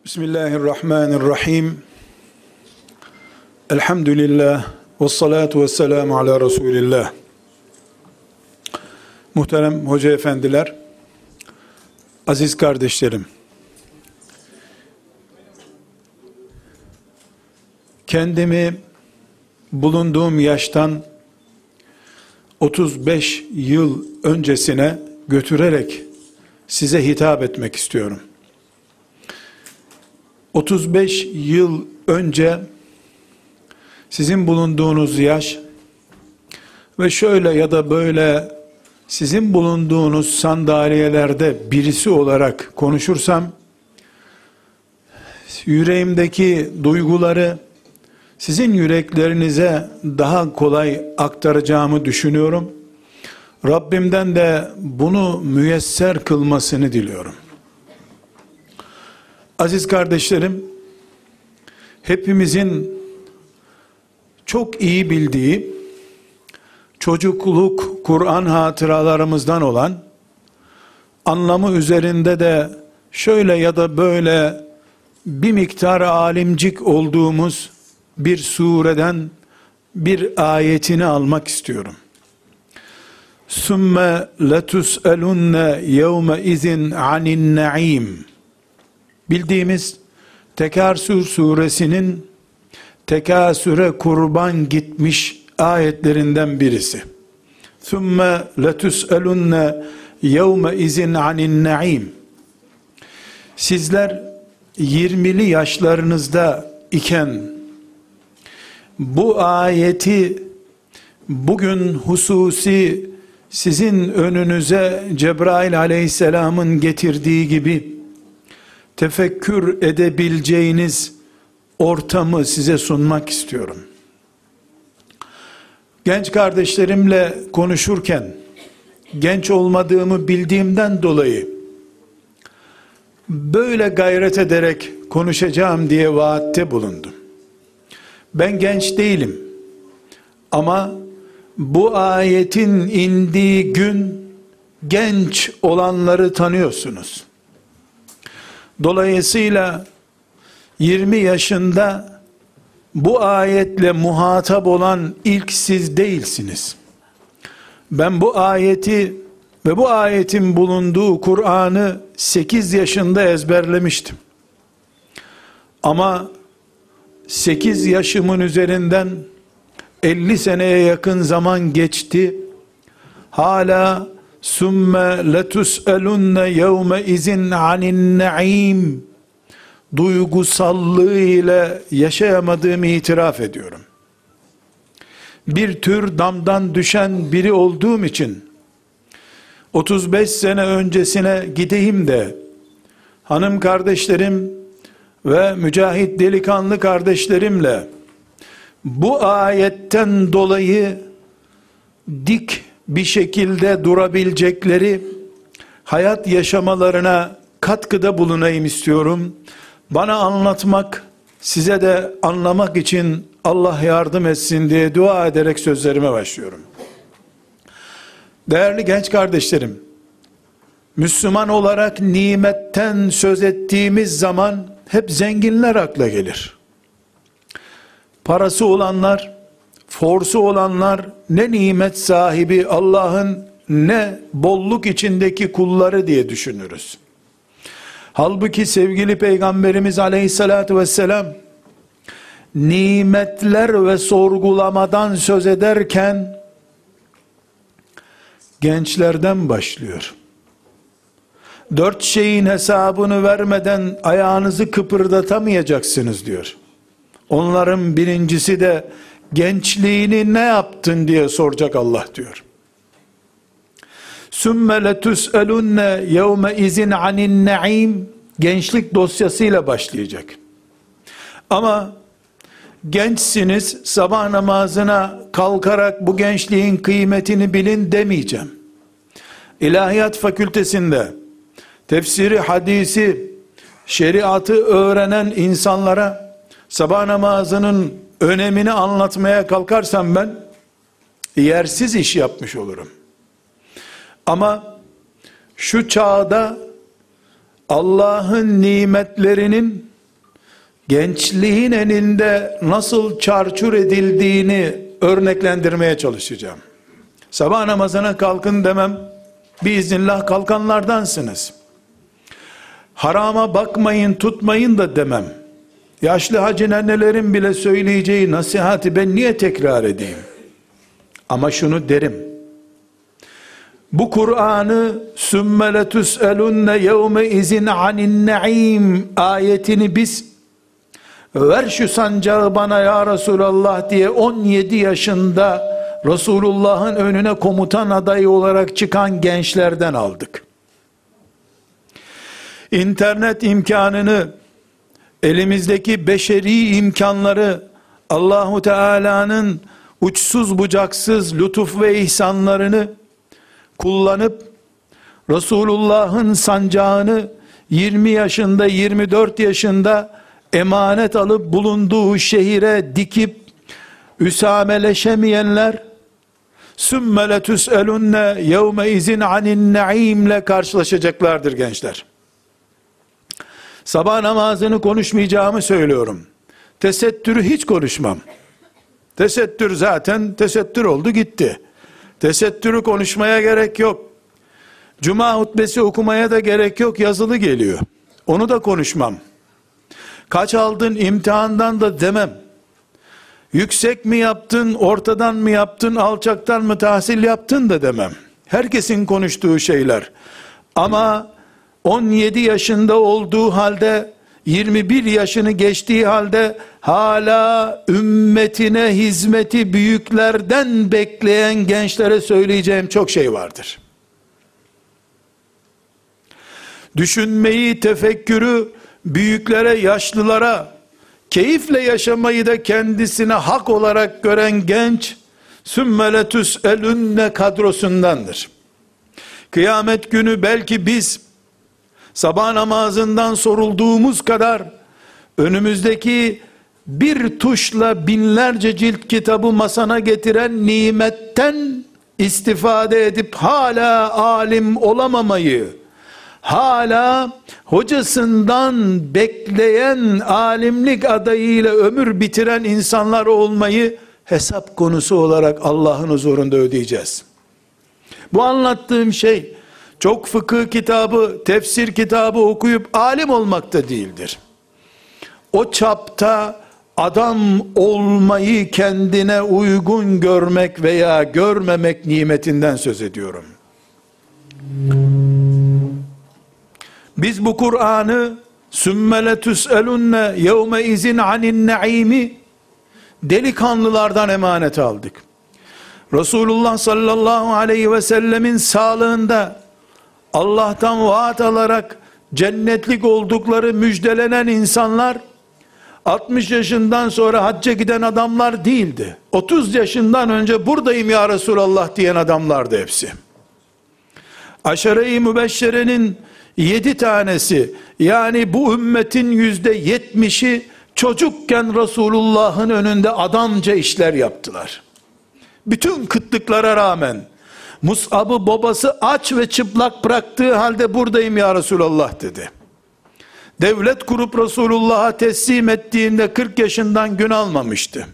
Bismillahirrahmanirrahim. Elhamdülillah ve salatu ve selamu ala Resulillah. Muhterem hoca efendiler, aziz kardeşlerim, kendimi bulunduğum yaştan 35 yıl öncesine götürerek size hitap etmek istiyorum. 35 yıl önce sizin bulunduğunuz yaş ve şöyle ya da böyle sizin bulunduğunuz sandalyelerde birisi olarak konuşursam, yüreğimdeki duyguları sizin yüreklerinize daha kolay aktaracağımı düşünüyorum. Rabbimden de bunu müyesser kılmasını diliyorum. Aziz kardeşlerim, hepimizin çok iyi bildiği, çocukluk Kur'an hatıralarımızdan olan, anlamı üzerinde de şöyle ya da böyle bir miktar alimcik olduğumuz bir sureden bir ayetini almak istiyorum. Sümme letus'elunne yevme izin anin naim. Bildiğimiz Tekasür suresinin tekasüre kurban gitmiş ayetlerinden birisi. Sümme letus'elunne yevme izin anin naim. Sizler 20'li yaşlarınızda iken bu ayeti bugün hususi sizin önünüze Cebrail aleyhisselamın getirdiği gibi tefekkür edebileceğiniz ortamı size sunmak istiyorum. Genç kardeşlerimle konuşurken genç olmadığımı bildiğimden dolayı böyle gayret ederek konuşacağım diye vaatte bulundum. Ben genç değilim ama bu ayetin indiği gün genç olanları tanıyorsunuz. Dolayısıyla 20 yaşında bu ayetle muhatap olan ilk siz değilsiniz. Ben bu ayeti ve bu ayetin bulunduğu Kur'an'ı 8 yaşında ezberlemiştim. Ama 8 yaşımın üzerinden 50 seneye yakın zaman geçti. Hala sümme letus'elunne yevme izin anin naim duygusallığı ile yaşayamadığımı itiraf ediyorum. Bir tür damdan düşen biri olduğum için 35 sene öncesine gideyim de hanım kardeşlerim ve mücahit delikanlı kardeşlerimle bu ayetten dolayı dik bir şekilde durabilecekleri hayat yaşamalarına katkıda bulunayım istiyorum. Bana anlatmak, size de anlamak için Allah yardım etsin diye dua ederek sözlerime başlıyorum. Değerli genç kardeşlerim, Müslüman olarak nimetten söz ettiğimiz zaman hep zenginler akla gelir. Parası olanlar, forsu olanlar, ne nimet sahibi Allah'ın ne bolluk içindeki kulları diye düşünürüz. Halbuki sevgili Peygamberimiz aleyhissalatü vesselam nimetler ve sorgulamadan söz ederken gençlerden başlıyor. 4 şeyin hesabını vermeden ayağınızı kıpırdatamayacaksınız diyor. Onların birincisi de gençliğini ne yaptın diye soracak Allah diyor. Sümme letus'elunne yevme izin anin naim, gençlik dosyasıyla başlayacak. Ama gençsiniz, sabah namazına kalkarak bu gençliğin kıymetini bilin demeyeceğim. İlahiyat fakültesinde tefsiri, hadisi, şeriatı öğrenen insanlara sabah namazının önemini anlatmaya kalkarsam ben yersiz iş yapmış olurum. Ama şu çağda Allah'ın nimetlerinin gençliğin elinde nasıl çarçur edildiğini örneklendirmeye çalışacağım. Sabah namazına kalkın demem, biiznillah kalkanlardansınız. Harama bakmayın, tutmayın da demem. Yaşlı hacı nennelerin bile söyleyeceği nasihati ben niye tekrar edeyim? Ama şunu derim: bu Kur'an'ı sümme letus'elunne yevme izin anin naim ayetini biz ver şu sancağı bana ya Resulallah diye 17 yaşında Resulullah'ın önüne komutan adayı olarak çıkan gençlerden aldık. İnternet imkanını, elimizdeki beşeri imkanları, Allahu Teala'nın uçsuz bucaksız lütuf ve ihsanlarını kullanıp Resulullah'ın sancağını 20 yaşında 24 yaşında emanet alıp bulunduğu şehire dikip üsameleşemeyenler sümme letus'elunne yevme izin anin naimle karşılaşacaklardır gençler. Sabah namazını konuşmayacağımı söylüyorum. Tesettürü hiç konuşmam. Tesettür zaten tesettür oldu gitti. Tesettürü konuşmaya gerek yok. Cuma hutbesi okumaya da gerek yok, yazılı geliyor. Onu da konuşmam. Kaç aldın imtihandan da demem. Yüksek mi yaptın, ortadan mı yaptın, alçaktan mı tahsil yaptın da demem. Herkesin konuştuğu şeyler. Ama 17 yaşında olduğu halde, 21 yaşını geçtiği halde hala ümmetine hizmeti büyüklerden bekleyen gençlere söyleyeceğim çok şey vardır. Düşünmeyi, tefekkürü büyüklere, yaşlılara, keyifle yaşamayı da kendisine hak olarak gören genç, sümme letus'elunne kadrosundandır. Kıyamet günü belki biz sabah namazından sorulduğumuz kadar önümüzdeki bir tuşla binlerce cilt kitabı masana getiren nimetten istifade edip hala alim olamamayı, hala hocasından bekleyen alimlik adayıyla ömür bitiren insanlar olmayı hesap konusu olarak Allah'ın huzurunda ödeyeceğiz. Bu anlattığım şey çok fıkıh kitabı, tefsir kitabı okuyup alim olmak da değildir. O çapta adam olmayı kendine uygun görmek veya görmemek nimetinden söz ediyorum. Biz bu Kur'an'ı sümme letus'elunne yevme izin anin naimi delikanlılardan emanet aldık. Resulullah sallallahu aleyhi ve sellemin sağlığında Allah'tan vaat alarak cennetlik oldukları müjdelenen insanlar 60 yaşından sonra hacca giden adamlar değildi. 30 yaşından önce buradayım ya Resulallah diyen adamlardı hepsi. Aşere-i mübeşşerenin 7 tanesi, yani bu ümmetin %70'i çocukken Resulullah'ın önünde adamca işler yaptılar. Bütün kıtlıklara rağmen Mus'ab'ı babası aç ve çıplak bıraktığı halde buradayım ya Resulallah dedi. Devlet kurup Resulullah'a teslim ettiğinde 40 yaşından gün almamıştı.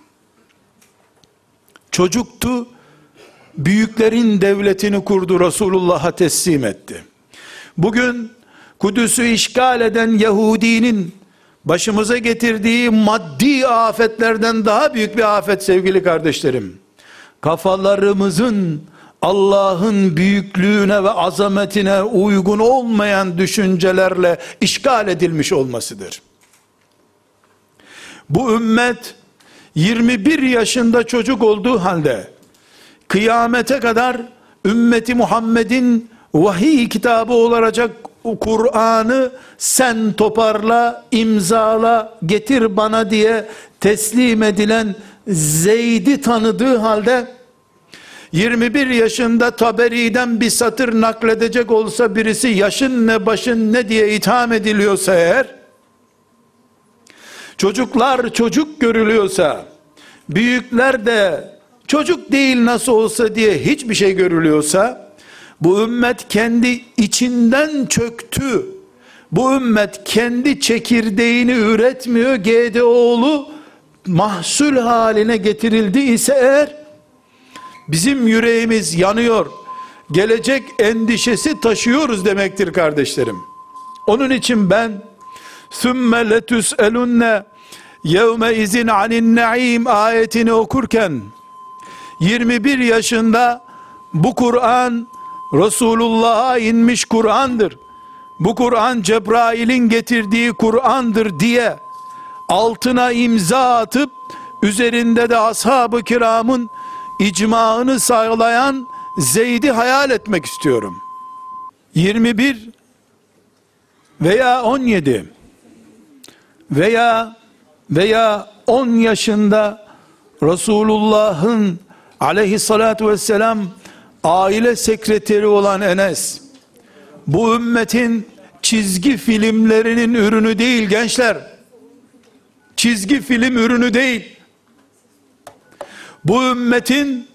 Çocuktu, büyüklerin devletini kurdu, Resulullah'a teslim etti. Bugün Kudüs'ü işgal eden Yahudinin başımıza getirdiği maddi afetlerden daha büyük bir afet sevgili kardeşlerim, kafalarımızın Allah'ın büyüklüğüne ve azametine uygun olmayan düşüncelerle işgal edilmiş olmasıdır. Bu ümmet 21 yaşında çocuk olduğu halde kıyamete kadar ümmeti Muhammed'in vahiy kitabı olacak Kur'an'ı sen toparla, imzala, getir bana diye teslim edilen Zeyd'i tanıdığı halde 21 yaşında Taberi'den bir satır nakledecek olsa birisi, yaşın ne başın ne diye itham ediliyorsa eğer, çocuklar çocuk görülüyorsa, büyükler de çocuk değil nasıl olsa diye hiçbir şey görülüyorsa, bu ümmet kendi içinden çöktü. bu ümmet kendi çekirdeğini üretmiyor, GDO'lu mahsul haline getirildi ise eğer, bizim yüreğimiz yanıyor, gelecek endişesi taşıyoruz demektir kardeşlerim. Onun için ben ثُمَّ لَتُسْأَلُنَّ يَوْمَ اِذٍ عَنِ النَّعِيمِ ayetini okurken 21 yaşında bu Kur'an Resulullah'a inmiş Kur'an'dır, bu Kur'an Cebrail'in getirdiği Kur'an'dır diye altına imza atıp üzerinde de ashab-ı kiramın icmaını sağlayan Zeyd'i hayal etmek istiyorum. 21 veya 17 veya 10 yaşında Resulullah'ın aleyhissalatu vesselam aile sekreteri olan Enes, bu ümmetin çizgi filmlerinin ürünü değil gençler. Çizgi film ürünü değil. Bu ümmetin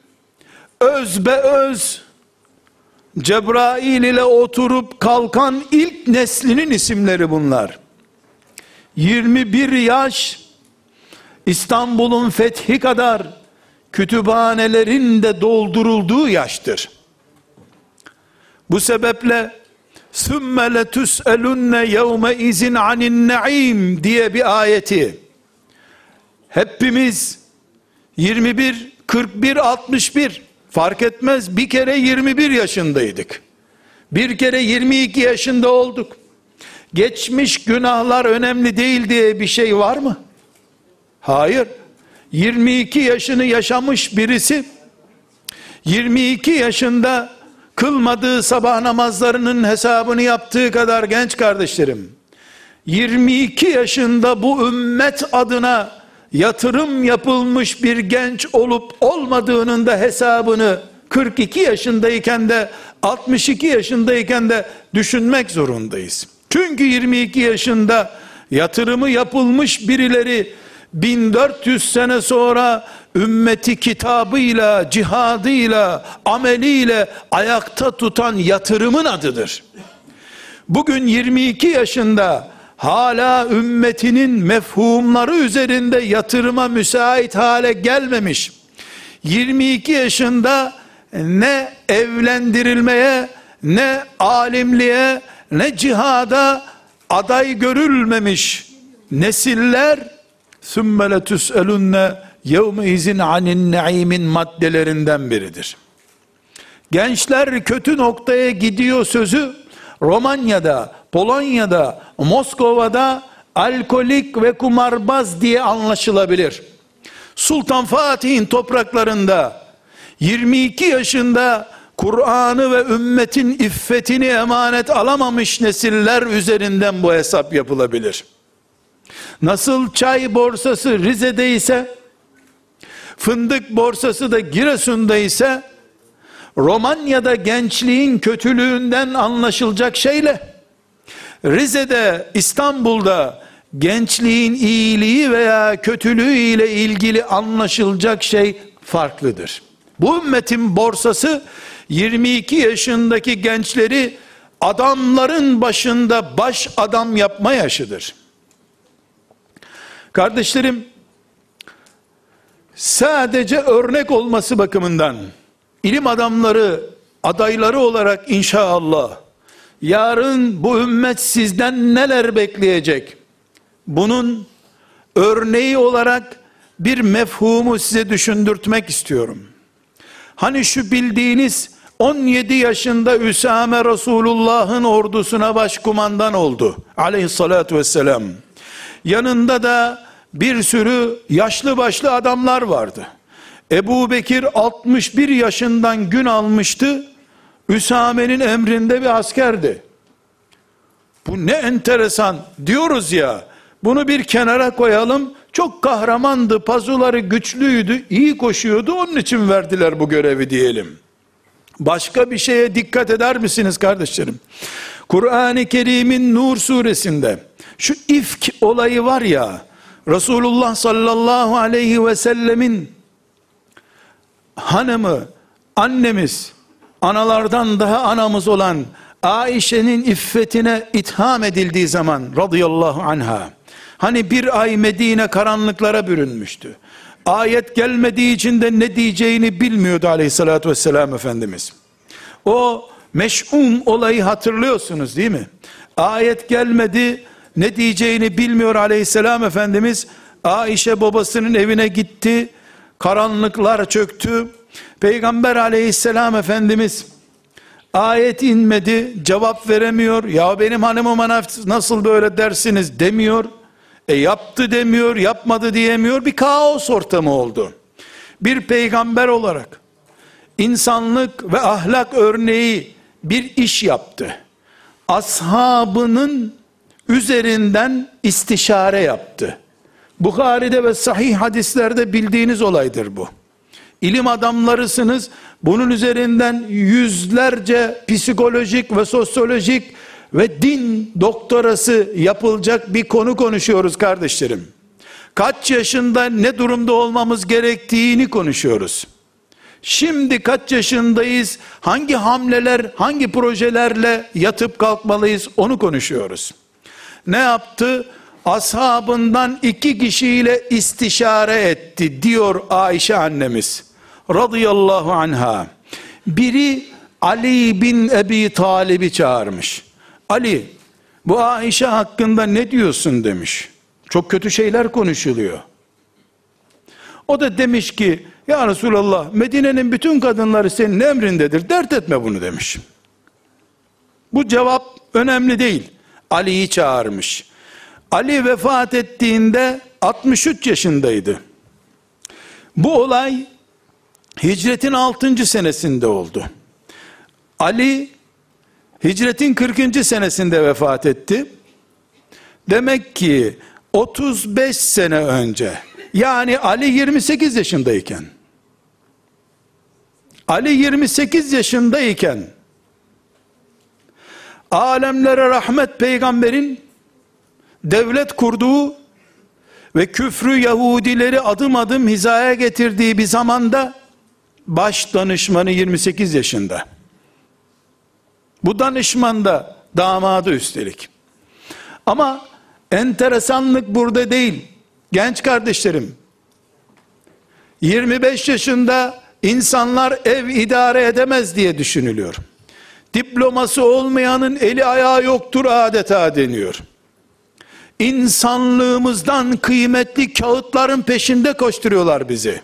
özbeöz Cebrail ile oturup kalkan ilk neslinin isimleri bunlar. 21 yaş, İstanbul'un fethi kadar kütüphanelerin de doldurulduğu yaştır. Bu sebeple ثُمَّ لَتُسْأَلُنَّ يَوْمَ اِذٍ عَنِ النَّعِيمِ diye bir ayeti hepimiz 21, 41, 61 fark etmez, bir kere 21 yaşındaydık. Bir kere 22 yaşında olduk. Geçmiş günahlar önemli değil diye bir şey var mı? Hayır. 22 yaşını yaşamış birisi 22 yaşında kılmadığı sabah namazlarının hesabını yaptığı kadar genç kardeşlerim, 22 yaşında bu ümmet adına yatırım yapılmış bir genç olup olmadığının da hesabını 42 yaşındayken de 62 yaşındayken de düşünmek zorundayız. Çünkü 22 yaşında yatırımı yapılmış birileri 1400 sene sonra ümmeti kitabıyla, cihadıyla, ameliyle ayakta tutan yatırımın adıdır. Bugün 22 yaşında hala ümmetinin mefhumları üzerinde yatırıma müsait hale gelmemiş, 22 yaşında ne evlendirilmeye, ne alimliğe, ne cihada aday görülmemiş nesiller ثُمَّ لَتُسْأَلُنَّ يَوْمَئِذٍ عَنِ النَّعِيم'in maddelerinden biridir. Gençler kötü noktaya gidiyor sözü Romanya'da, Polonya'da, Moskova'da alkolik ve kumarbaz diye anlaşılabilir. Sultan Fatih'in topraklarında 22 yaşında Kur'an'ı ve ümmetin iffetini emanet alamamış nesiller üzerinden bu hesap yapılabilir. Nasıl çay borsası Rize'de ise, fındık borsası da Giresun'da ise, Romanya'da gençliğin kötülüğünden anlaşılacak şeyle, Rize'de, İstanbul'da gençliğin iyiliği veya kötülüğü ile ilgili anlaşılacak şey farklıdır. Bu ümmetin borsası 22 yaşındaki gençleri adamların başında baş adam yapma yaşıdır. Kardeşlerim, sadece örnek olması bakımından ilim adamları adayları olarak inşallah yarın bu ümmet sizden neler bekleyecek, bunun örneği olarak bir mefhumu size düşündürtmek istiyorum. Hani şu bildiğiniz 17 yaşında Üsame Resulullah'ın ordusuna başkumandan oldu aleyhissalatu vesselam. Yanında da bir sürü yaşlı başlı adamlar vardı. Ebu Bekir 61 yaşından gün almıştı. Üsame'nin emrinde bir askerdi. Bu ne enteresan diyoruz ya. Bunu bir kenara koyalım. Çok kahramandı, pazuları güçlüydü, iyi koşuyordu. Onun için verdiler bu görevi diyelim. Başka bir şeye dikkat eder misiniz kardeşlerim? Kur'an-ı Kerim'in Nur suresinde şu ifk olayı var ya, Resulullah sallallahu aleyhi ve sellemin hanımı, annemiz, analardan daha anamız olan Ayşe'nin iffetine itham edildiği zaman radıyallahu anha, hani bir ay Medine karanlıklara bürünmüştü. Ayet gelmediği için de ne diyeceğini bilmiyordu aleyhissalatü vesselam Efendimiz. O meş'um olayı hatırlıyorsunuz değil mi? Ayet gelmedi, ne diyeceğini bilmiyor aleyhisselam Efendimiz. Ayşe babasının evine gitti. Karanlıklar çöktü. Peygamber aleyhisselam Efendimiz ayet inmedi, cevap veremiyor. Ya benim hanımıma nasıl böyle dersiniz demiyor. Yaptı demiyor, yapmadı diyemiyor. Bir kaos ortamı oldu. Bir peygamber olarak insanlık ve ahlak örneği bir iş yaptı. Ashabının üzerinden istişare yaptı. Bukhari'de ve sahih hadislerde bildiğiniz olaydır bu. İlim adamlarısınız. Bunun üzerinden yüzlerce psikolojik ve sosyolojik ve din doktorası yapılacak bir konu konuşuyoruz kardeşlerim. Kaç yaşında ne durumda olmamız gerektiğini konuşuyoruz. Şimdi kaç yaşındayız? Hangi hamleler, hangi projelerle yatıp kalkmalıyız? Onu konuşuyoruz. Ne yaptı? Ashabından 2 kişiyle istişare etti diyor Ayşe annemiz radıyallahu anha. Biri Ali bin Ebi Talib'i çağırmış. Ali, bu Ayşe hakkında ne diyorsun demiş. Çok kötü şeyler konuşuluyor. O da demiş ki, ya Resulallah, Medine'nin bütün kadınları senin emrindedir, dert etme bunu demiş. Bu cevap önemli değil. Ali'yi çağırmış. Ali vefat ettiğinde 63 yaşındaydı. Bu olay hicretin 6. senesinde oldu. Ali hicretin 40. senesinde vefat etti. Demek ki 35 sene önce, yani Ali 28 yaşındayken, Ali 28 yaşındayken alemlere rahmet peygamberin devlet kurduğu ve küfrü Yahudileri adım adım hizaya getirdiği bir zamanda baş danışmanı 28 yaşında. Bu danışman da damadı üstelik. Ama enteresanlık burada değil. Genç kardeşlerim, 25 yaşında insanlar ev idare edemez diye düşünülüyor. Diploması olmayanın eli ayağı yoktur adeta deniyor. İnsanlığımızdan kıymetli kağıtların peşinde koşturuyorlar bizi.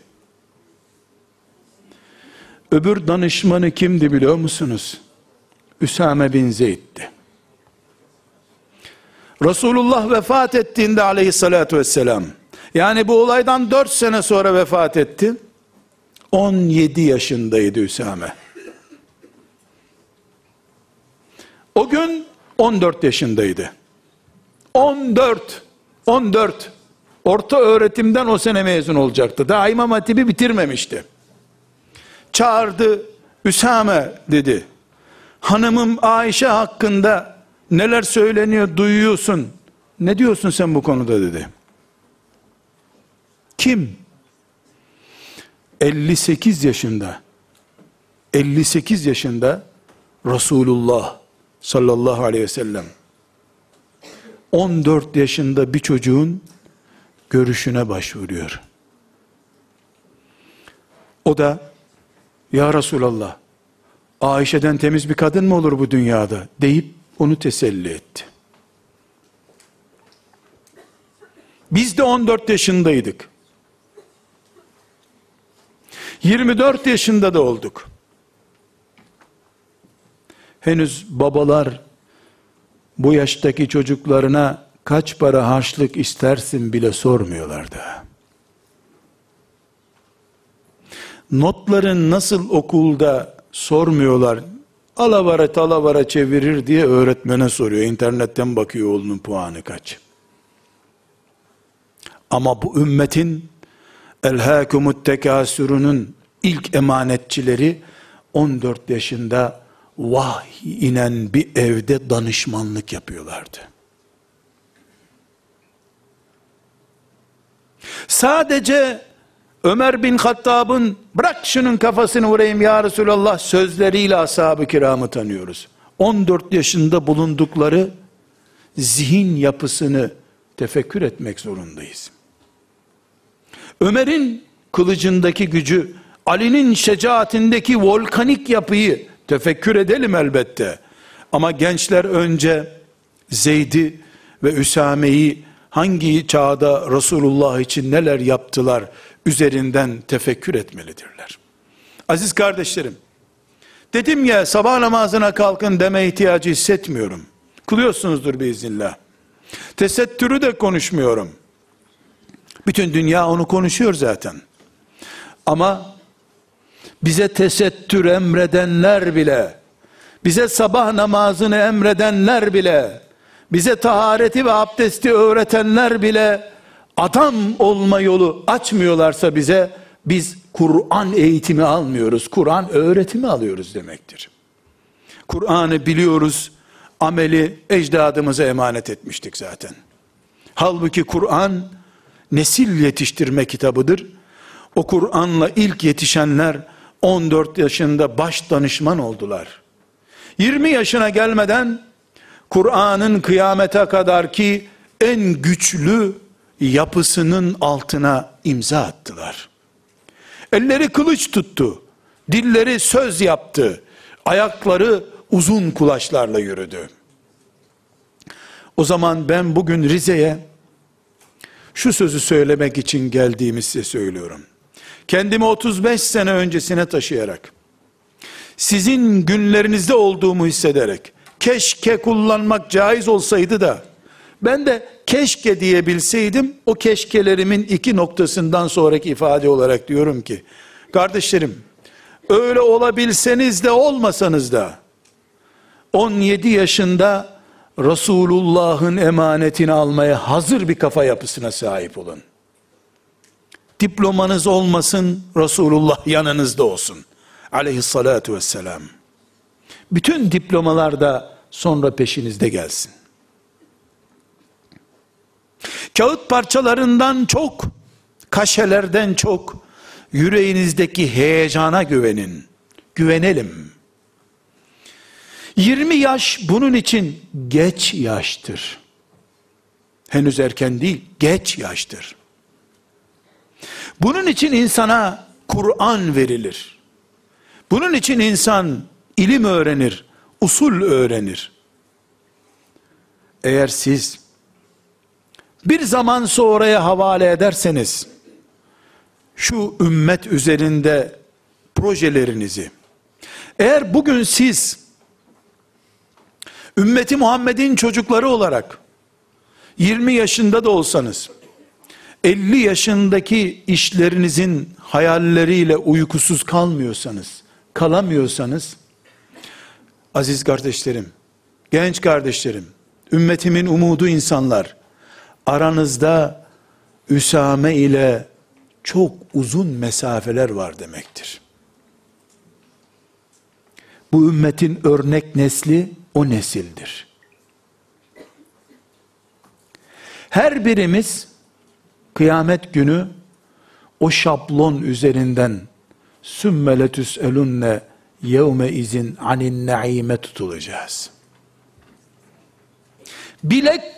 Öbür danışmanı kimdi biliyor musunuz? Üsame bin Zeyd'di. Resulullah vefat ettiğinde aleyhissalatü vesselam, yani bu olaydan 4 sene sonra vefat etti. 17 yaşındaydı Üsame. O gün 14 yaşındaydı. 14. Orta öğretimden o sene mezun olacaktı. Daha İmam Hatip'i bitirmemişti. Çağırdı, Üsame dedi. Hanımım Ayşe hakkında neler söyleniyor duyuyorsun. Ne diyorsun sen bu konuda dedi. Kim? 58 yaşında. 58 yaşında Resulullah sallallahu aleyhi ve sellem 14 yaşında bir çocuğun görüşüne başvuruyor. O da, ya Resulallah, Ayşe'den temiz bir kadın mı olur bu dünyada deyip onu teselli etti. Biz de 14 yaşındaydık. 24 yaşında da olduk. Henüz babalar bu yaştaki çocuklarına kaç para harçlık istersin bile sormuyorlardı. Notların nasıl okulda sormuyorlar. Alavara talavara çevirir diye öğretmene soruyor. İnternetten bakıyor oğlunun puanı kaç. Ama bu ümmetin elhâkumut tekâsürünün ilk emanetçileri 14 yaşında vahiy inen bir evde danışmanlık yapıyorlardı. Sadece Ömer bin Hattab'ın bırak şunun kafasını vurayım ya Resulallah sözleriyle ashab-ı kiramı tanıyoruz. 14 yaşında bulundukları zihin yapısını tefekkür etmek zorundayız. Ömer'in kılıcındaki gücü, Ali'nin şecaatindeki volkanik yapıyı tefekkür edelim elbette. Ama gençler önce Zeyd'i ve Üsame'yi hangi çağda Resulullah için neler yaptılar üzerinden tefekkür etmelidirler. Aziz kardeşlerim, dedim ya sabah namazına kalkın deme ihtiyacı hissetmiyorum. Kılıyorsunuzdur biiznillah. Tesettürü de konuşmuyorum. Bütün dünya onu konuşuyor zaten. Ama bize tesettür emredenler bile, bize sabah namazını emredenler bile, bize tahareti ve abdesti öğretenler bile adam olma yolu açmıyorlarsa bize, biz Kur'an eğitimi almıyoruz, Kur'an öğretimi alıyoruz demektir. Kur'an'ı biliyoruz, ameli ecdadımıza emanet etmiştik zaten. Halbuki Kur'an nesil yetiştirme kitabıdır. O Kur'an'la ilk yetişenler 14 yaşında baş danışman oldular. 20 yaşına gelmeden Kur'an'ın kıyamete kadarki en güçlü yapısının altına imza attılar. Elleri kılıç tuttu, dilleri söz yaptı, ayakları uzun kulaçlarla yürüdü. O zaman ben bugün Rize'ye şu sözü söylemek için geldiğimi size söylüyorum. Kendimi 35 sene öncesine taşıyarak, sizin günlerinizde olduğumu hissederek, keşke kullanmak caiz olsaydı da, ben de keşke diyebilseydim, o keşkelerimin 2 noktasından sonraki ifade olarak diyorum ki, kardeşlerim, öyle olabilseniz de olmasanız da, 17 yaşında Resulullah'ın emanetini almaya hazır bir kafa yapısına sahip olun. Diplomanız olmasın, Resulullah yanınızda olsun. Aleyhissalatu vesselam. Bütün diplomalar da sonra peşinizde gelsin. Kağıt parçalarından çok, kaşelerden çok, yüreğinizdeki heyecana güvenin. Güvenelim. 20 yaş bunun için geç yaştır. Henüz erken değil, geç yaştır. Bunun için insana Kur'an verilir. Bunun için insan ilim öğrenir, usul öğrenir. Eğer siz bir zaman sonraya havale ederseniz, şu ümmet üzerinde projelerinizi, eğer bugün siz, ümmeti Muhammed'in çocukları olarak, 20 yaşında da olsanız, 50 yaşındaki işlerinizin hayalleriyle uykusuz kalamıyorsanız, aziz kardeşlerim, genç kardeşlerim, ümmetimin umudu insanlar, aranızda Üsame ile çok uzun mesafeler var demektir. Bu ümmetin örnek nesli o nesildir. Her birimiz kıyamet günü o şablon üzerinden sümme letüs'elunne yevme izin anin naime tutulacağız. Bilek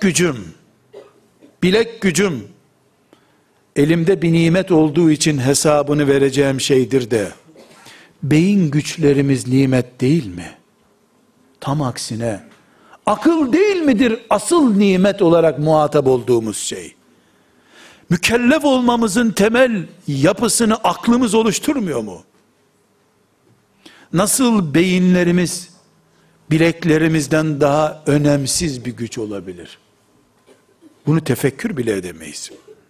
gücüm elimde bir nimet olduğu için hesabını vereceğim şeydir de, beyin güçlerimiz nimet değil mi? Tam aksine, akıl değil midir asıl nimet olarak muhatap olduğumuz şey? Mükellef olmamızın temel yapısını aklımız oluşturmuyor mu? Nasıl beyinlerimiz bileklerimizden daha önemsiz bir güç olabilir? Bunu tefekkür bile edemeyiz.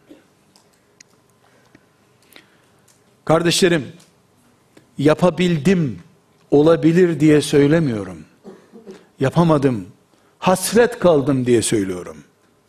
Kardeşlerim, yapabildim, olabilir diye söylemiyorum. Yapamadım, hasret kaldım diye söylüyorum.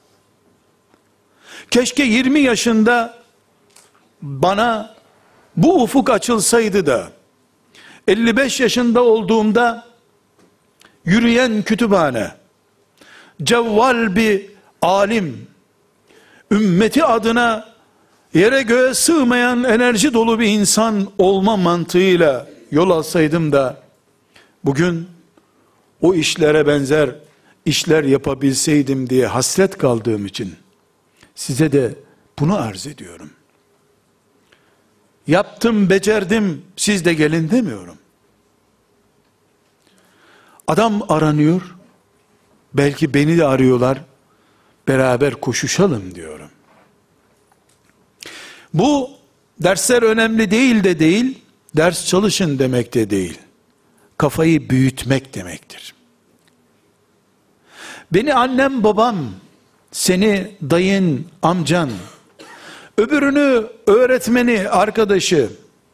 Keşke 20 yaşında bana bu ufuk açılsaydı da, 55 yaşında olduğumda yürüyen kütüphane, cevval bir alim, ümmeti adına yere göğe sığmayan enerji dolu bir insan olma mantığıyla yol alsaydım da, bugün o işlere benzer işler yapabilseydim diye hasret kaldığım için size de bunu arz ediyorum. Yaptım, becerdim, siz de gelin demiyorum. Adam aranıyor, belki beni de arıyorlar, beraber koşuşalım diyorum. Bu dersler önemli değil de değil, ders çalışın demek de değil. Kafayı büyütmek demektir. Beni annem babam, seni dayın, amcan, öbürünü öğretmeni, arkadaşı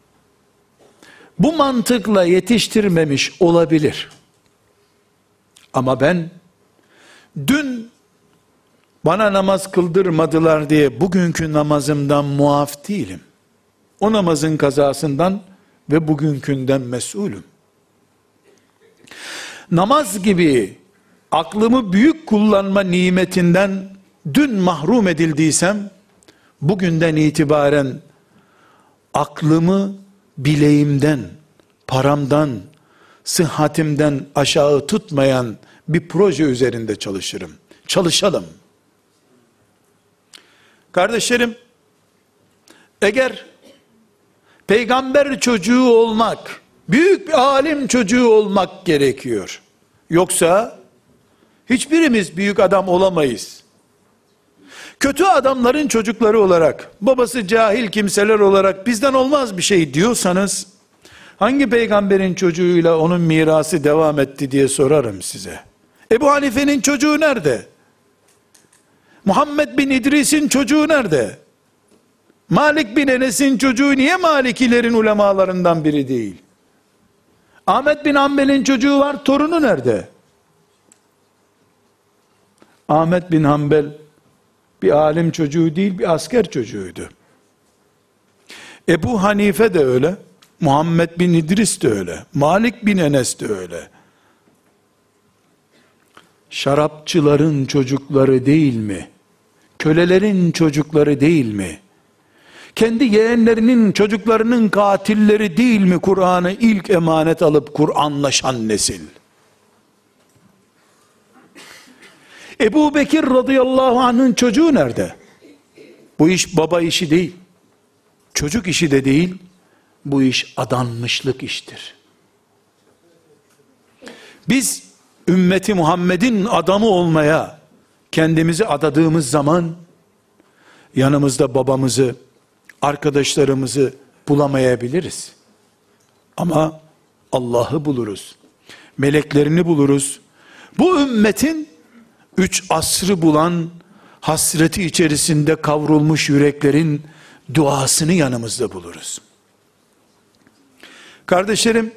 bu mantıkla yetiştirmemiş olabilir. Ama ben dün bana namaz kıldırmadılar diye bugünkü namazımdan muaf değilim. O namazın kazasından ve bugünkünden mesulüm. Namaz gibi aklımı büyük kullanma nimetinden dün mahrum edildiysem, bugünden itibaren aklımı bileğimden, paramdan, sıhhatimden aşağı tutmayan bir proje üzerinde çalışırım. Çalışalım. Kardeşlerim, eğer peygamber çocuğu olmak, büyük bir alim çocuğu olmak gerekiyor. Yoksa hiçbirimiz büyük adam olamayız. Kötü adamların çocukları olarak, babası cahil kimseler olarak bizden olmaz bir şey diyorsanız, hangi peygamberin çocuğuyla onun mirası devam etti diye sorarım size. Ebu Hanife'nin çocuğu nerede? Muhammed bin İdris'in çocuğu nerede? Malik bin Enes'in çocuğu niye Malikilerin ulemalarından biri değil? Ahmet bin Hanbel'in çocuğu var, torunu nerede? Ahmet bin Hanbel bir alim çocuğu değil, bir asker çocuğuydu. Ebu Hanife de öyle, Muhammed bin İdris de öyle, Malik bin Enes de öyle. Şarapçıların çocukları değil mi? Kölelerin çocukları değil mi? Kendi yeğenlerinin çocuklarının katilleri değil mi Kur'an'ı ilk emanet alıp Kur'anlaşan nesil? Ebu Bekir radıyallahu anh'ın çocuğu nerede? Bu iş baba işi değil, çocuk işi de değil, bu iş adanmışlık iştir. Biz ümmeti Muhammed'in adamı olmaya kendimizi adadığımız zaman yanımızda babamızı, arkadaşlarımızı bulamayabiliriz. Ama Allah'ı buluruz. Meleklerini buluruz. Bu ümmetin 3 asrı bulan hasreti içerisinde kavrulmuş yüreklerin duasını yanımızda buluruz. Kardeşlerim,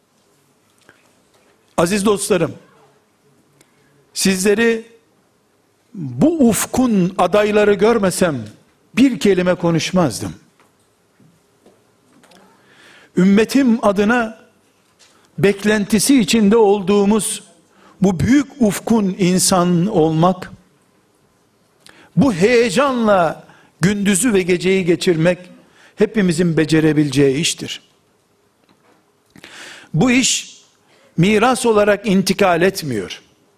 aziz dostlarım, sizleri bu ufkun adayları görmesem bir kelime konuşmazdım. Ümmetim adına beklentisi içinde olduğumuz bu büyük ufkun insan olmak, bu heyecanla gündüzü ve geceyi geçirmek hepimizin becerebileceği iştir. Bu iş miras olarak intikal etmiyor.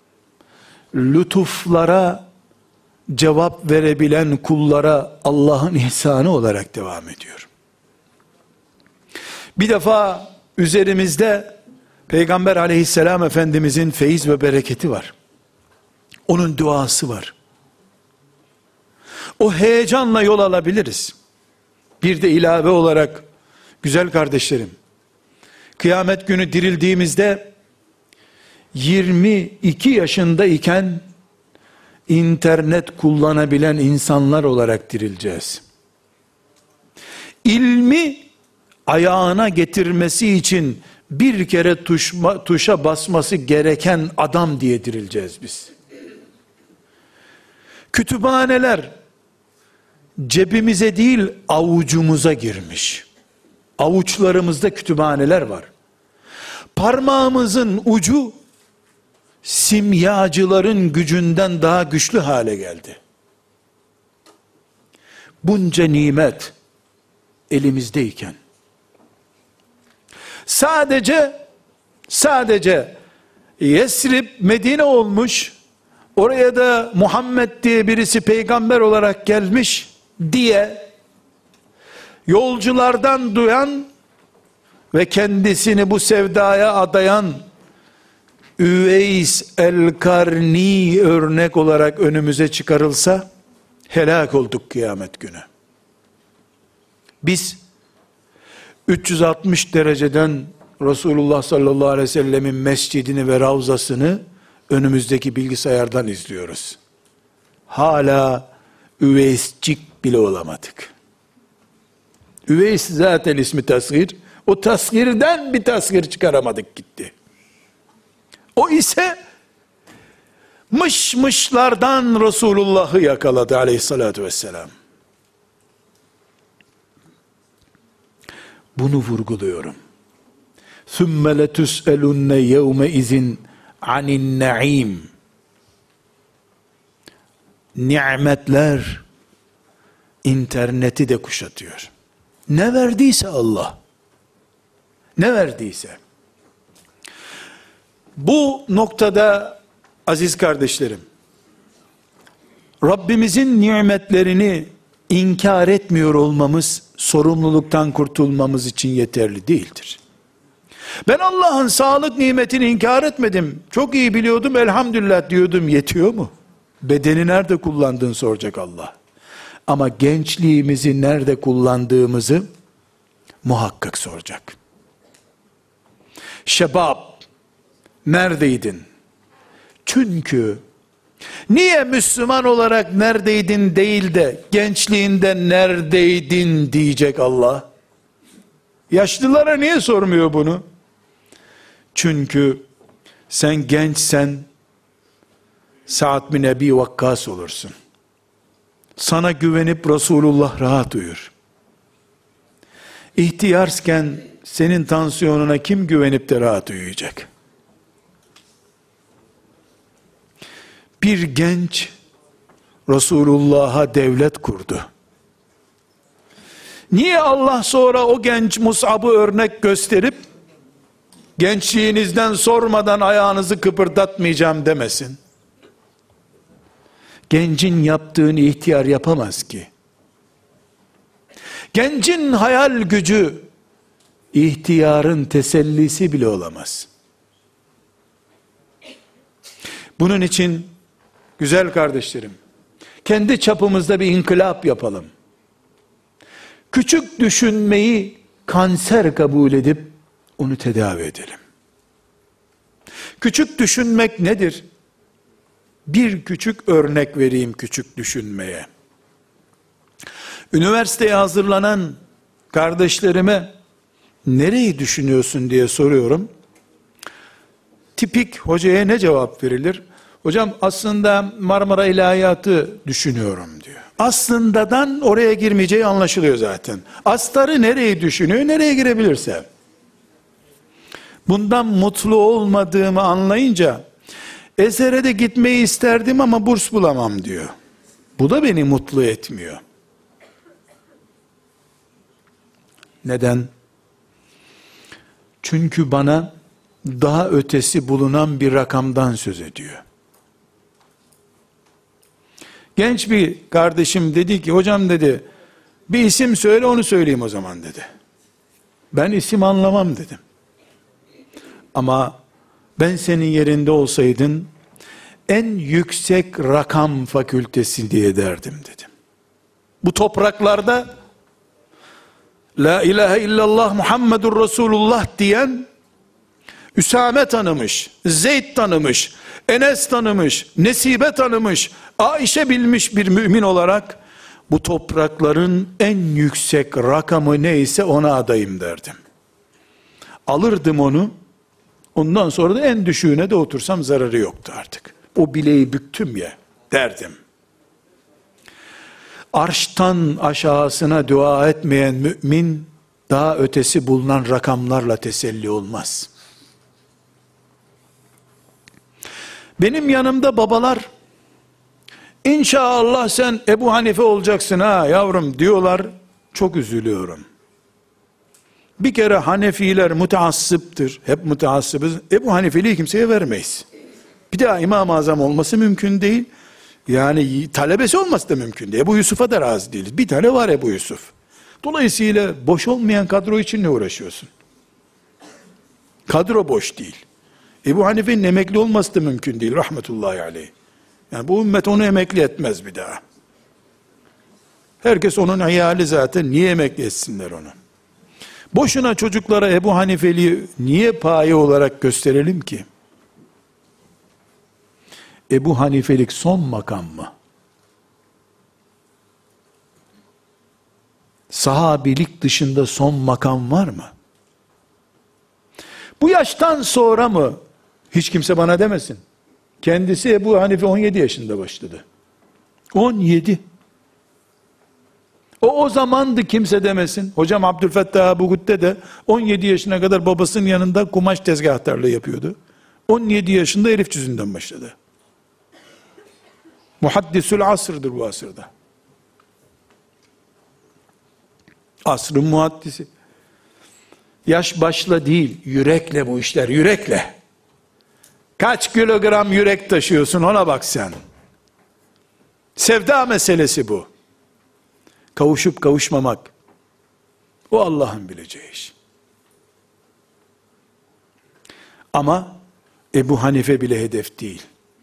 Lütuflara cevap verebilen kullara Allah'ın ihsanı olarak devam ediyor. Bir defa üzerimizde Peygamber aleyhisselam Efendimizin feyiz ve bereketi var. Onun duası var. O heyecanla yol alabiliriz. Bir de ilave olarak güzel kardeşlerim, kıyamet günü dirildiğimizde 22 yaşındayken internet kullanabilen insanlar olarak dirileceğiz. İlmi ayağına getirmesi için bir kere tuşa basması gereken adam diye dirileceğiz biz. Kütüphaneler cebimize değil avucumuza girmiş. Avuçlarımızda kütüphaneler var. Parmağımızın ucu simyacıların gücünden daha güçlü hale geldi. Bunca nimet sadece Yesrib Medine olmuş, oraya da Muhammed diye birisi peygamber olarak gelmiş diye yolculardan duyan ve kendisini bu sevdaya adayan Üveys el-Karni örnek olarak önümüze çıkarılsa helak olduk kıyamet günü. Biz 360 dereceden Resulullah sallallahu aleyhi ve sellemin mescidini ve ravzasını önümüzdeki bilgisayardan izliyoruz. Hala Üveyscik bile olamadık. Üveys zaten ismi tasgir. O tasgirden bir tasgir çıkaramadık gitti. O ise mışlardan Resulullah'ı yakaladı aleyhissalatü vesselam. Bunu vurguluyorum. ثُمَّ لَتُسْأَلُنَّ يَوْمَئِذٍ عَنِ النَّعِيمِ. Nimetler interneti de kuşatıyor. Ne verdiyse Allah, ne verdiyse. Bu noktada aziz kardeşlerim, Rabbimizin nimetlerini inkar etmiyor olmamız, sorumluluktan kurtulmamız için yeterli değildir. Ben Allah'ın sağlık nimetini inkar etmedim, çok iyi biliyordum, elhamdülillah diyordum, yetiyor mu? Bedeni nerede kullandığını soracak Allah. Ama gençliğimizi nerede kullandığımızı muhakkak soracak. Şebab, neredeydin? Çünkü niye Müslüman olarak neredeydin değil de gençliğinde neredeydin diyecek Allah. Yaşlılara niye sormuyor bunu? Çünkü sen gençsen Sa'd bin Ebi Vakkas olursun. Sana güvenip Resulullah rahat uyur. İhtiyarken senin tansiyonuna kim güvenip de rahat uyuyacak? Bir genç Resulullah'a devlet kurdu. Niye Allah sonra o genç Mus'ab'ı örnek gösterip gençliğinizden sormadan ayağınızı kıpırdatmayacağım demesin? Gencin yaptığını ihtiyar yapamaz ki. Gencin hayal gücü ihtiyarın tesellisi bile olamaz. Bunun için güzel kardeşlerim, kendi çapımızda bir inkılap yapalım. Küçük düşünmeyi kanser kabul edip onu tedavi edelim. Küçük düşünmek nedir? Bir küçük örnek vereyim küçük düşünmeye. Üniversiteye hazırlanan kardeşlerime nereyi düşünüyorsun diye soruyorum. Tipik hocaya ne cevap verilir? Hocam aslında Marmara İlahiyatı düşünüyorum diyor. Aslındadan oraya girmeyeceği anlaşılıyor zaten. Astarı nereyi düşünüyor, nereye girebilirse. Bundan mutlu olmadığımı anlayınca Eser'e de gitmeyi isterdim ama burs bulamam diyor. Bu da beni mutlu etmiyor. Neden? Çünkü bana daha ötesi bulunan bir rakamdan söz ediyor. Genç bir kardeşim dedi ki, hocam dedi, bir isim söyle onu söyleyeyim o zaman dedi. Ben isim anlamam dedim. Ama ben senin yerinde olsaydım en yüksek rakam fakültesi diye derdim dedim. Bu topraklarda La ilahe illallah Muhammedur Resulullah diyen Üsame tanımış, Zeyd tanımış, Enes tanımış, Nesibe tanımış, Ayşe bilmiş bir mümin olarak bu toprakların en yüksek rakamı neyse ona adayım derdim. Alırdım onu, ondan sonra da en düşüğüne de otursam zararı yoktu artık. O bileği büktüm ya derdim. Arştan aşağısına dua etmeyen mümin daha ötesi bulunan rakamlarla teselli olmaz. Benim yanımda babalar İnşallah sen Ebu Hanife olacaksın ha yavrum diyorlar. Çok üzülüyorum. Bir kere Hanefiler mutaassıptır. Hep mutaassıbız. Ebu Hanifeliği kimseye vermeyiz. Bir daha İmam-ı Azam olması mümkün değil. Yani talebesi olması da mümkün değil. Ebu Yusuf'a da razı değiliz. Bir tane var Ebu Yusuf. Dolayısıyla boş olmayan kadro için ne uğraşıyorsun? Kadro boş değil. Ebu Hanife'nin emekli olması da mümkün değil. Rahmetullahi aleyh. Yani bu ümmet onu emekli etmez bir daha. Herkes onun hayali zaten. Niye emekli etsinler onu? Boşuna çocuklara Ebu Hanifeliği niye paye olarak gösterelim ki? Ebu Hanifelik son makam mı? Sahabilik dışında son makam var mı? Bu yaştan sonra mı? Hiç kimse bana demesin. Kendisi Ebu Hanife 17 yaşında başladı. 17. O zamandı kimse demesin. Hocam Abdülfettah Abu Gütte de 17 yaşına kadar babasının yanında kumaş tezgahtarlığı yapıyordu. 17 yaşında Elif cüzünden başladı. Muhaddisül asırdır bu asırda. Asrın muhaddisi. Yaş başla değil, yürekle bu işler, yürekle. Kaç kilogram yürek taşıyorsun ona bak sen. Sevda meselesi bu. Kavuşup kavuşmamak, o Allah'ın bileceği iş. Ama Ebu Hanife bile hedef değil.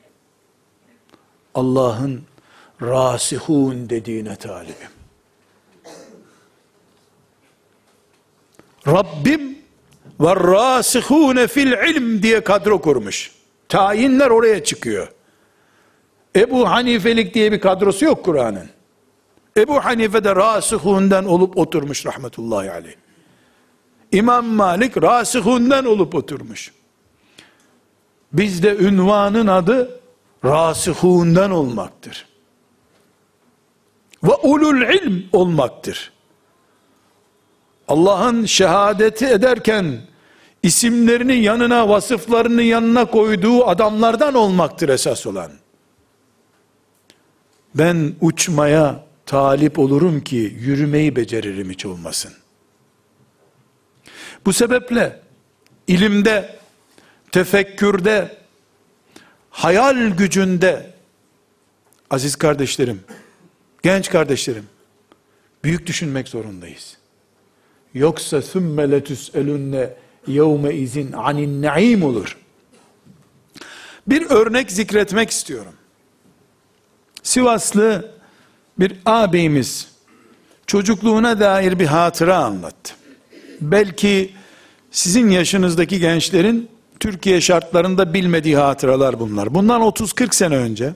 Allah'ın rasihun dediğine talibim. Rabbim ve rasihune fil ilm diye kadro kurmuş. Tayinler oraya çıkıyor. Ebu Hanifelik diye bir kadrosu yok Kur'an'ın. Ebu Hanife de rasihundan olup oturmuş rahmetullahi aleyh. İmam Malik rasihundan olup oturmuş. Bizde ünvanın adı rasihundan olmaktır. Ve ulul ilm olmaktır. Allah'ın şehadeti ederken isimlerini yanına, vasıflarını yanına koyduğu adamlardan olmaktır esas olan. Ben uçmaya talip olurum ki yürümeyi beceririm hiç olmasın. Bu sebeple ilimde, tefekkürde, hayal gücünde aziz kardeşlerim, genç kardeşlerim, büyük düşünmek zorundayız. Yoksa ثُمَّ لَتُسْأَلُنَّ يَوْمَ اِذٍ عَنِ النَّعِيمِ olur. Bir örnek zikretmek istiyorum. Sivaslı bir ağabeyimiz çocukluğuna dair bir hatıra anlattı. Belki sizin yaşınızdaki gençlerin Türkiye şartlarında bilmediği hatıralar bunlar. Bundan 30-40 sene önce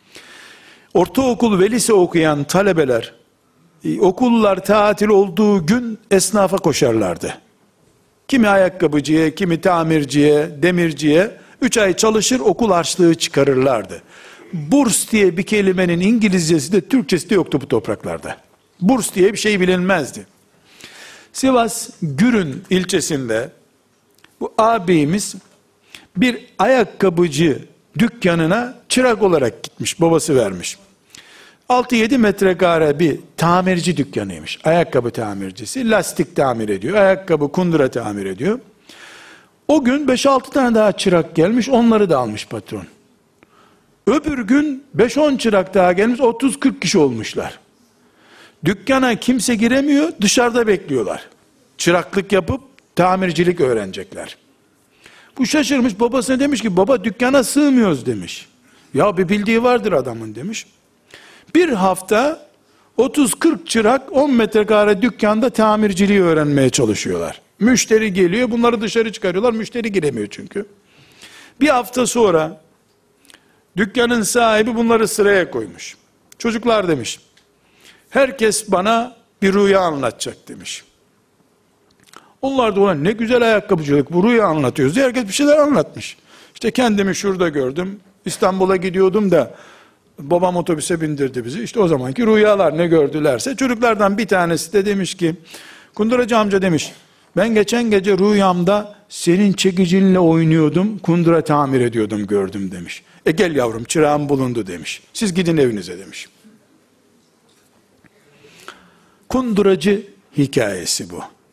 ortaokul ve lise okuyan talebeler okullar tatil olduğu gün esnafa koşarlardı. Kimi ayakkabıcıya, kimi tamirciye, demirciye 3 ay çalışır okul harçlığı çıkarırlardı. Burs diye bir kelimenin İngilizcesi de Türkçesi de yoktu bu topraklarda. Burs diye bir şey bilinmezdi. Sivas Gürün ilçesinde bu ağabeyimiz bir ayakkabıcı dükkanına çırak olarak gitmiş, babası vermiş. 6-7 metrekare bir tamirci dükkanıymış. Ayakkabı tamircisi, lastik tamir ediyor, ayakkabı kundura tamir ediyor. O gün 5-6 tane daha çırak gelmiş, onları da almış patron. Öbür gün 5-10 çırak daha gelmiş, 30-40 kişi olmuşlar. Dükkana kimse giremiyor, dışarıda bekliyorlar. Çıraklık yapıp tamircilik öğrenecekler. Bu şaşırmış, babasına demiş ki baba dükkana sığmıyoruz demiş. Ya bir bildiği vardır adamın demiş. Bir hafta 30-40 çırak 10 metrekare dükkanda tamirciliği öğrenmeye çalışıyorlar. Müşteri geliyor, bunları dışarı çıkarıyorlar, müşteri giremiyor çünkü. Bir hafta sonra dükkanın sahibi bunları sıraya koymuş. Çocuklar demiş, herkes bana bir rüya anlatacak demiş. Onlar da ona ne güzel ayakkabıcılık, bu rüya anlatıyoruz diye herkes bir şeyler anlatmış. İşte kendimi şurada gördüm, İstanbul'a gidiyordum da babam otobüse bindirdi bizi. İşte o zamanki rüyalar ne gördülerse. Çocuklardan bir tanesi de demiş ki, kunduracı amca demiş, ben geçen gece rüyamda senin çekicinle oynuyordum, kundura tamir ediyordum gördüm demiş. Gel yavrum çırağım bulundu demiş. Siz gidin evinize demiş. Kunduracı hikayesi bu.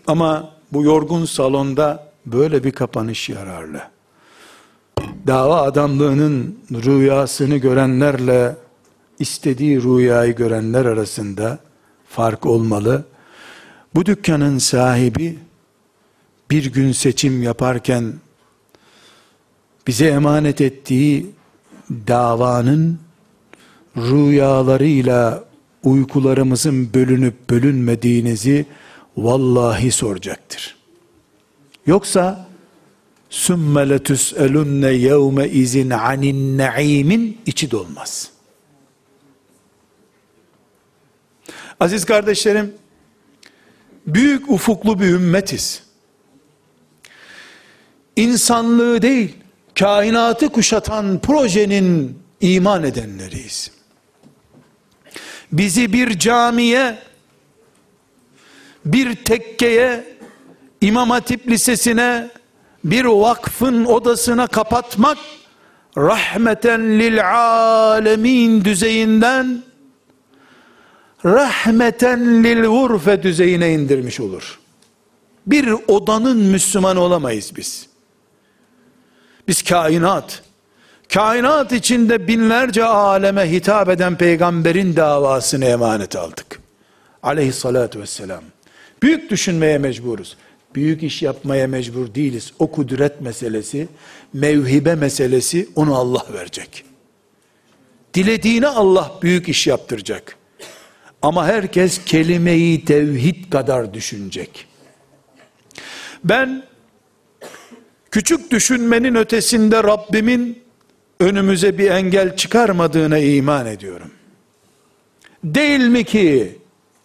Ama bu yorgun salonda böyle bir kapanış yararlı. Dava adamlığının rüyasını görenlerle istediği rüyayı görenler arasında fark olmalı. Bu dükkanın sahibi bir gün seçim yaparken bize emanet ettiği davanın rüyalarıyla uykularımızın bölünüp bölünmediğinizi vallahi soracaktır. Yoksa sümme letüs'elunne yevme izin anin na'imin içi dolmaz. Aziz kardeşlerim, büyük ufuklu bir ümmetiz. İnsanlığı değil, kainatı kuşatan projenin iman edenleriyiz. Bizi bir camiye, bir tekkeye, İmam Hatip Lisesi'ne, bir vakfın odasına kapatmak, rahmeten lil alemin düzeyinden, rahmeten lil gurfe düzeyine indirmiş olur. Bir odanın Müslüman olamayız biz. Biz kainat içinde binlerce aleme hitap eden peygamberin davasını emanet aldık. Aleyhissalatü vesselam. Büyük düşünmeye mecburuz. Büyük iş yapmaya mecbur değiliz. O kudret meselesi, mevhibe meselesi onu Allah verecek. Dilediğine Allah büyük iş yaptıracak. Ama herkes kelime-i tevhid kadar düşünecek. Ben küçük düşünmenin ötesinde Rabbimin önümüze bir engel çıkarmadığına iman ediyorum. Değil mi ki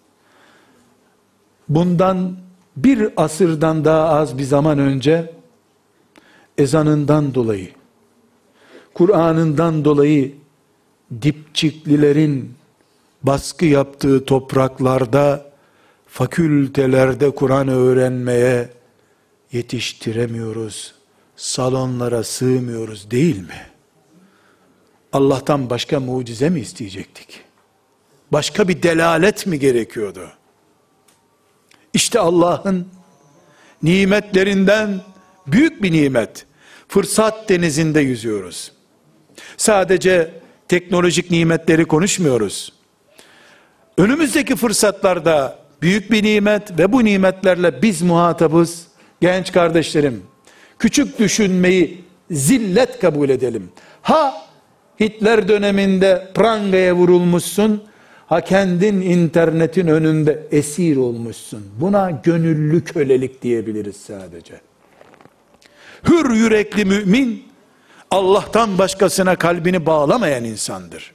bundan bir asırdan daha az bir zaman önce ezanından dolayı, Kur'an'ından dolayı dipçiklilerin baskı yaptığı topraklarda fakültelerde Kur'an öğrenmeye yetiştiremiyoruz, salonlara sığmıyoruz değil mi? Allah'tan başka mucize mi isteyecektik? Başka bir delalet mi gerekiyordu? İşte Allah'ın nimetlerinden büyük bir nimet. Fırsat denizinde yüzüyoruz. Sadece teknolojik nimetleri konuşmuyoruz. Önümüzdeki fırsatlarda büyük bir nimet ve bu nimetlerle biz muhatabız. Genç kardeşlerim, küçük düşünmeyi zillet kabul edelim. Ha Hitler döneminde prangaya vurulmuşsun, ha kendin internetin önünde esir olmuşsun. Buna gönüllü kölelik diyebiliriz sadece. Hür yürekli mümin, Allah'tan başkasına kalbini bağlamayan insandır.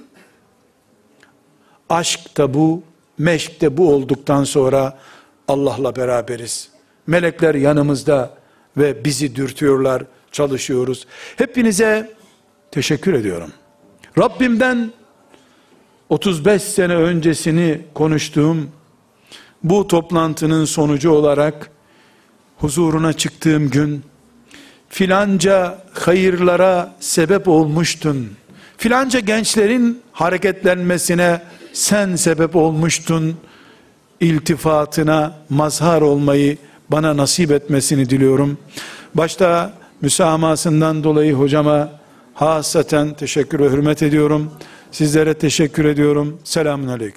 Aşk da bu, meşk de bu olduktan sonra Allah'la beraberiz. Melekler yanımızda ve bizi dürtüyorlar, çalışıyoruz. Hepinize teşekkür ediyorum. Rabbimden 35 sene öncesini konuştuğum bu toplantının sonucu olarak huzuruna çıktığım gün filanca hayırlara sebep olmuştun, filanca gençlerin hareketlenmesine sen sebep olmuştun iltifatına mazhar olmayı bana nasip etmesini diliyorum. Başta müsamahasından dolayı hocama hasaten teşekkür ve hürmet ediyorum. Sizlere teşekkür ediyorum. Selamun aleyküm.